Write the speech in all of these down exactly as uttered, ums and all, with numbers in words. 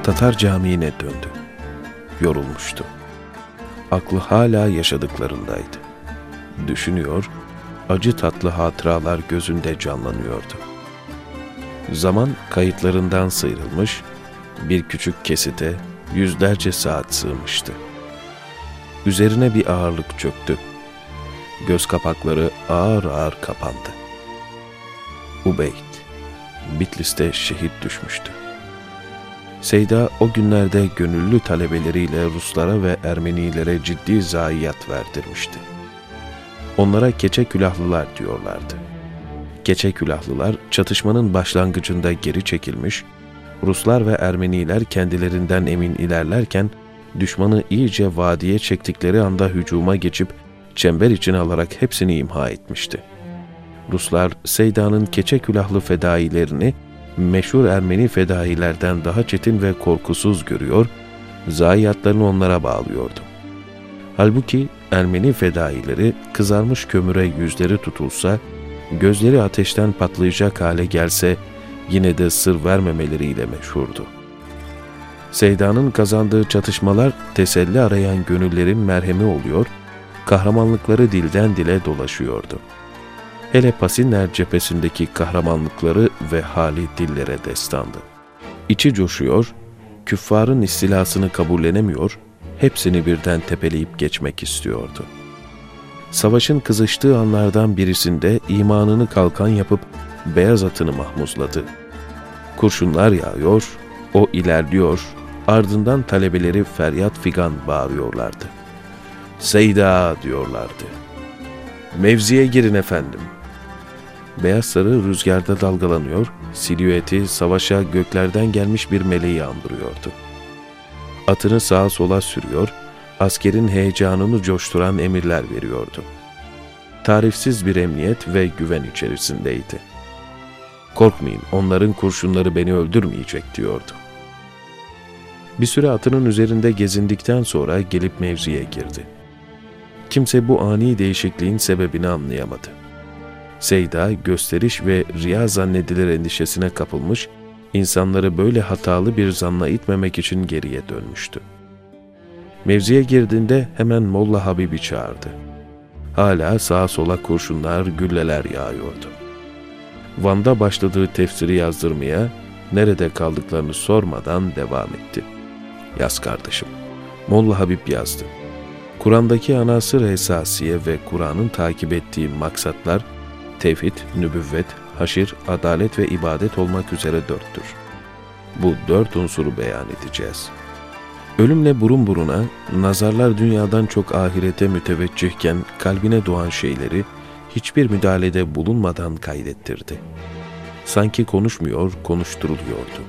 Tatar Camii'ne döndü. Yorulmuştu. Aklı hala yaşadıklarındaydı. Düşünüyor, acı tatlı hatıralar gözünde canlanıyordu. Zaman kayıtlarından sıyrılmış, bir küçük kesite yüzlerce saat sığmıştı. Üzerine bir ağırlık çöktü. Göz kapakları ağır ağır kapandı. Ubeyd, Bitlis'te şehit düşmüştü. Seyda o günlerde gönüllü talebeleriyle Ruslara ve Ermenilere ciddi zayiat verdirmişti. Onlara keçe külahlılar diyorlardı. Keçe külahlılar çatışmanın başlangıcında geri çekilmiş, Ruslar ve Ermeniler kendilerinden emin ilerlerken düşmanı iyice vadiye çektikleri anda hücuma geçip çember içine alarak hepsini imha etmişti. Ruslar Seyda'nın keçe külahlı fedailerini meşhur Ermeni fedailerden daha çetin ve korkusuz görüyor, zayiatlarını onlara bağlıyordu. Halbuki Ermeni fedaileri kızarmış kömüre yüzleri tutulsa, gözleri ateşten patlayacak hale gelse yine de sır vermemeleriyle meşhurdu. Seyda'nın kazandığı çatışmalar teselli arayan gönüllerin merhemi oluyor, kahramanlıkları dilden dile dolaşıyordu. Hele Pasinler cephesindeki kahramanlıkları ve hali dillere destandı. İçi coşuyor, küffarın istilasını kabullenemiyor, hepsini birden tepeleyip geçmek istiyordu. Savaşın kızıştığı anlardan birisinde imanını kalkan yapıp beyaz atını mahmuzladı. Kurşunlar yağıyor, o ilerliyor, ardından talebeleri feryat figan bağırıyorlardı. Seyda diyorlardı. Mevziye girin efendim. Beyaz sarı rüzgarda dalgalanıyor, silüeti savaşa göklerden gelmiş bir meleği andırıyordu. Atını sağa sola sürüyor, askerin heyecanını coşturan emirler veriyordu. Tarifsiz bir emniyet ve güven içerisindeydi. Korkmayın, onların kurşunları beni öldürmeyecek diyordu. Bir süre atının üzerinde gezindikten sonra gelip mevziye girdi. Kimse bu ani değişikliğin sebebini anlayamadı. Seyda, gösteriş ve riya zannedilir endişesine kapılmış, insanları böyle hatalı bir zanla itmemek için geriye dönmüştü. Mevziye girdiğinde hemen Molla Habib'i çağırdı. Hala sağa sola kurşunlar, gülleler yağıyordu. Van'da başladığı tefsiri yazdırmaya, nerede kaldıklarını sormadan devam etti. Yaz kardeşim. Molla Habib yazdı. Kur'an'daki anasır esasiye ve Kur'an'ın takip ettiği maksatlar, tevhid, nübüvvet, haşir, adalet ve ibadet olmak üzere dörttür. Bu dört unsuru beyan edeceğiz. Ölümle burun buruna, nazarlar dünyadan çok ahirete müteveccihken kalbine doğan şeyleri hiçbir müdahalede bulunmadan kaydettirdi. Sanki konuşmuyor, konuşturuluyordu.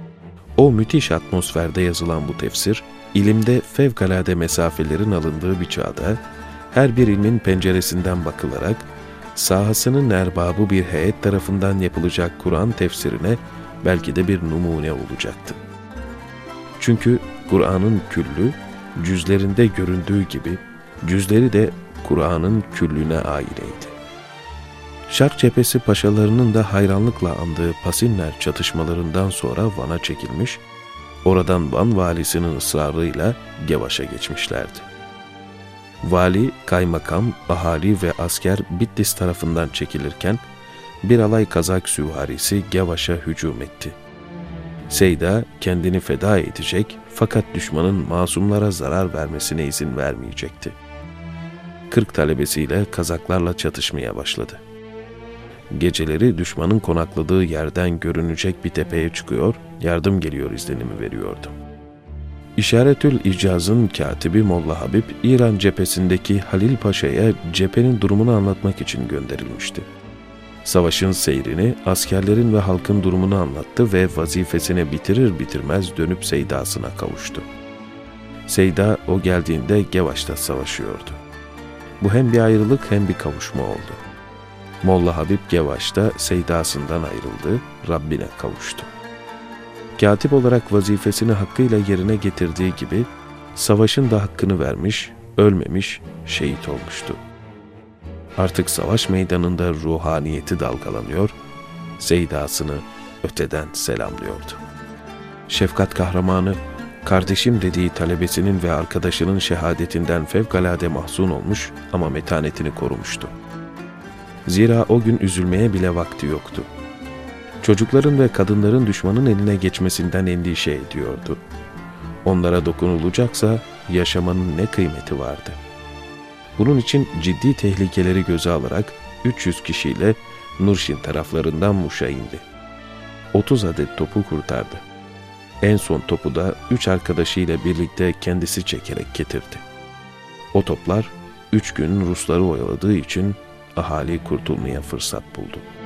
O müthiş atmosferde yazılan bu tefsir, ilimde fevkalade mesafelerin alındığı bir çağda, her bir ilmin penceresinden bakılarak, sahasının erbabı bir heyet tarafından yapılacak Kur'an tefsirine belki de bir numune olacaktı. Çünkü Kur'an'ın küllü, cüzlerinde göründüğü gibi, cüzleri de Kur'an'ın küllüne aynıydı. Şark cephesi paşalarının da hayranlıkla andığı Pasinler çatışmalarından sonra Van'a çekilmiş, oradan Van valisinin ısrarıyla Gevaş'a geçmişlerdi. Vali, kaymakam, ahali ve asker Bitlis tarafından çekilirken, bir alay Kazak süvarisi Gevaş'a hücum etti. Seyda kendini feda edecek fakat düşmanın masumlara zarar vermesine izin vermeyecekti. Kırk talebesiyle Kazaklarla çatışmaya başladı. Geceleri düşmanın konakladığı yerden görünecek bir tepeye çıkıyor, yardım geliyor izlenimi veriyordu. İşaretül İcaz'ın katibi Molla Habib, İran cephesindeki Halil Paşa'ya cephenin durumunu anlatmak için gönderilmişti. Savaşın seyrini, askerlerin ve halkın durumunu anlattı ve vazifesini bitirir bitirmez dönüp Seyda'sına kavuştu. Seyda o geldiğinde Gevaş'ta savaşıyordu. Bu hem bir ayrılık hem bir kavuşma oldu. Molla Habib Gevaş'ta Seyda'sından ayrıldı, Rabbine kavuştu. Katip olarak vazifesini hakkıyla yerine getirdiği gibi, savaşın da hakkını vermiş, ölmemiş, şehit olmuştu. Artık savaş meydanında ruhaniyeti dalgalanıyor, Seyda'sını öteden selamlıyordu. Şefkat kahramanı, kardeşim dediği talebesinin ve arkadaşının şehadetinden fevkalade mahzun olmuş ama metanetini korumuştu. Zira o gün üzülmeye bile vakti yoktu. Çocukların ve kadınların düşmanın eline geçmesinden endişe ediyordu. Onlara dokunulacaksa yaşamanın ne kıymeti vardı? Bunun için ciddi tehlikeleri göze alarak üç yüz kişiyle Nurşin taraflarından Muş'a indi. otuz adet topu kurtardı. En son topu da üç arkadaşıyla birlikte kendisi çekerek getirdi. O toplar üç gün Rusları oyaladığı için ahali kurtulmaya fırsat buldu.